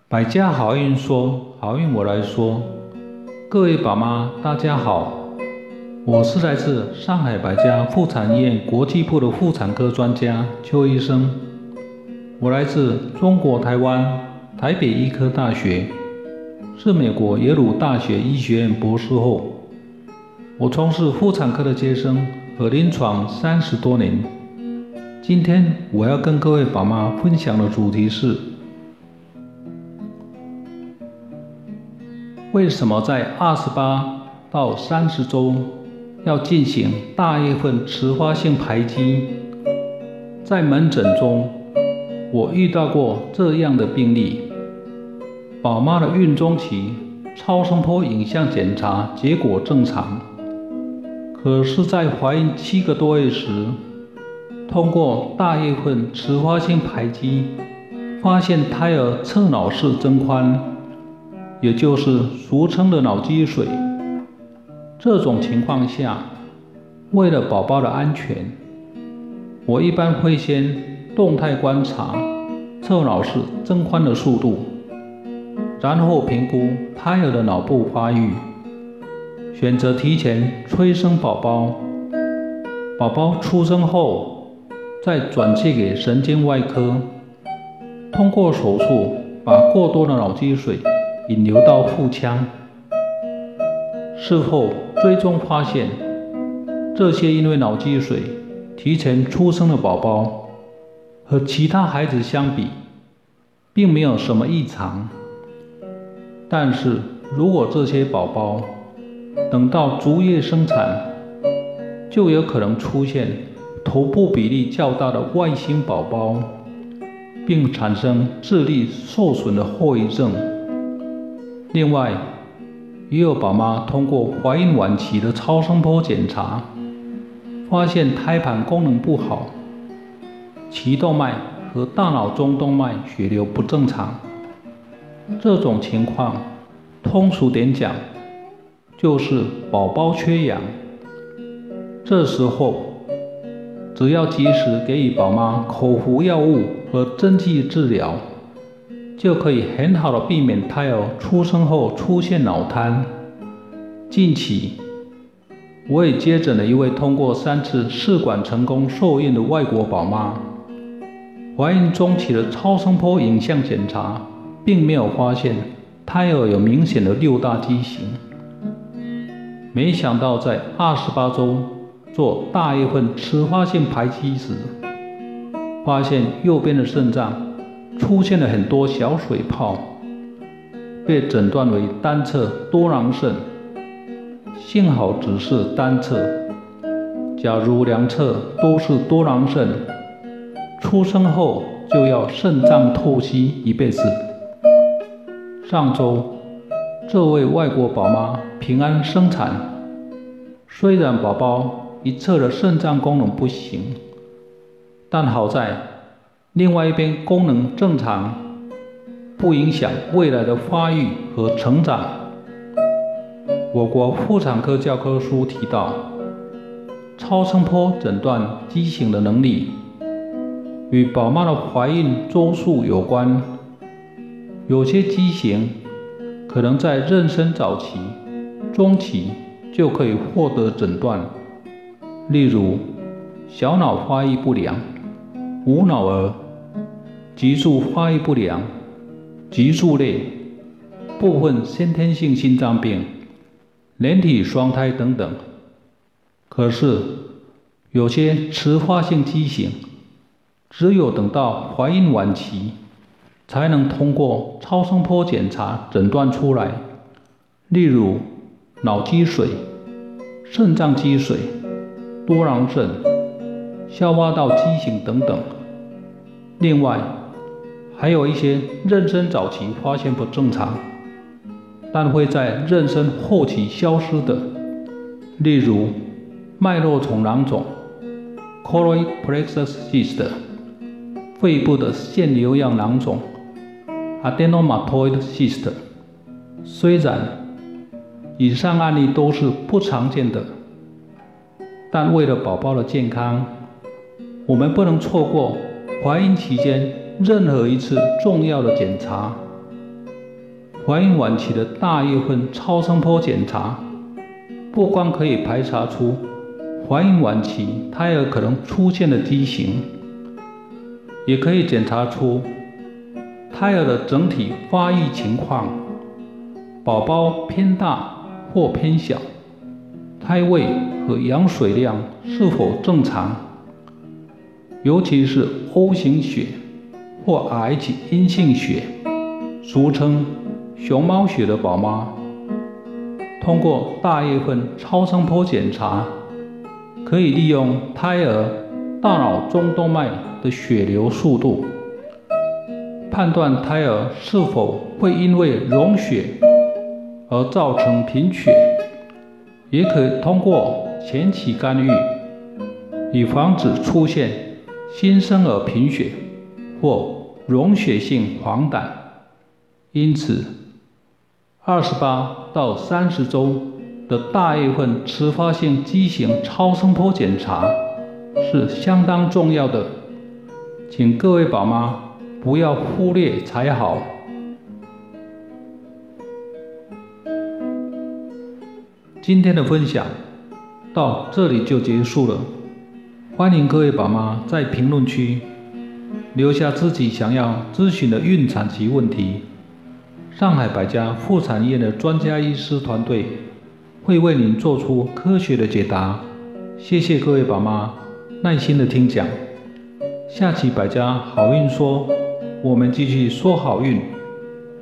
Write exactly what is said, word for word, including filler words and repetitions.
百家好运说，好运我来说。各位宝妈，大家好，我是来自上海百家妇产医院国际部的妇产科专家邱医生。我来自中国台湾台北医科大学，是美国耶鲁大学医学院博士后。我从事妇产科的接生和临床三十多年。今天我要跟各位宝妈分享的主题是：为什么在二十八到三十周要进行大叶份迟发性排畸？在门诊中，我遇到过这样的病例：宝妈的孕中期超声波影像检查结果正常，可是在怀孕七个多月时，通过大叶份迟发性排畸，发现胎儿侧脑室增宽，也就是俗称的脑积水。这种情况下，为了宝宝的安全，我一般会先动态观察侧脑室增宽的速度，然后评估胎儿的脑部发育，选择提前催生宝宝。宝宝出生后，再转介给神经外科，通过手术把过多的脑积水引流到腹腔。事后追踪发现，这些因为脑积水提前出生的宝宝和其他孩子相比，并没有什么异常。但是如果这些宝宝等到足月生产，就有可能出现头部比例较大的外星宝宝，并产生智力受损的后遗症。另外，也有宝妈通过怀孕晚期的超声波检查，发现胎盘功能不好，脐动脉和大脑中动脉血流不正常。这种情况，通俗点讲，就是宝宝缺氧。这时候，只要及时给予宝妈口服药物和针剂治疗，就可以很好的避免胎儿出生后出现脑瘫。近期，我也接诊了一位通过三次试管成功受孕的外国宝妈，怀孕中期的超声波影像检查并没有发现胎儿有明显的六大畸形。没想到在二十八周做大叶份迟发性排畸时，发现右边的肾脏出现了很多小水泡，被诊断为单侧多囊肾。幸好只是单侧，假如两侧都是多囊肾，出生后就要肾脏透析一辈子。上周，这位外国宝妈平安生产，虽然宝宝一侧的肾脏功能不行，但好在另外一边功能正常，不影响未来的发育和成长。我国妇产科教科书提到，超声波诊断畸形的能力与宝妈的怀孕周数有关。有些畸形可能在妊娠早期、中期就可以获得诊断，例如小脑发育不良、无脑儿、脊柱发育不良、脊柱类、部分先天性心脏病、连体双胎等等。可是有些迟发性畸形，只有等到怀孕晚期才能通过超声波检查诊断出来，例如脑积水、肾脏积水、多囊肾、消化道畸形等等。另外，还有一些妊娠早期发现不正常，但会在妊娠后期消失的，例如脉络丛囊肿 （choroid plexus cyst）、肺部的腺瘤样囊肿 （adenomatoid cyst）。虽然以上案例都是不常见的，但为了宝宝的健康，我们不能错过怀孕期间任何一次重要的检查。 怀孕晚期的大月份超声波检查，不光可以排查出怀孕晚期胎儿可能出现的畸形，也可以检查出胎儿的整体发育情况，宝宝偏大或偏小，胎位和羊水量是否正常，尤其是 O 型血或 Rh 阴性血，俗称熊猫血的宝妈，通过大月份超声波检查，可以利用胎儿大脑中动脉的血流速度，判断胎儿是否会因为溶血而造成贫血，也可以通过前期干预，以防止出现新生儿贫血或溶血性黄疸。因此，二十八到三十周的大月份迟发性畸形超声波检查是相当重要的，请各位宝妈不要忽略才好。今天的分享到这里就结束了，欢迎各位宝妈在评论区留下自己想要咨询的孕产期问题，上海百家妇产医院的专家医师团队会为您做出科学的解答。谢谢各位宝妈耐心的听讲，下期百家好运说，我们继续说好运。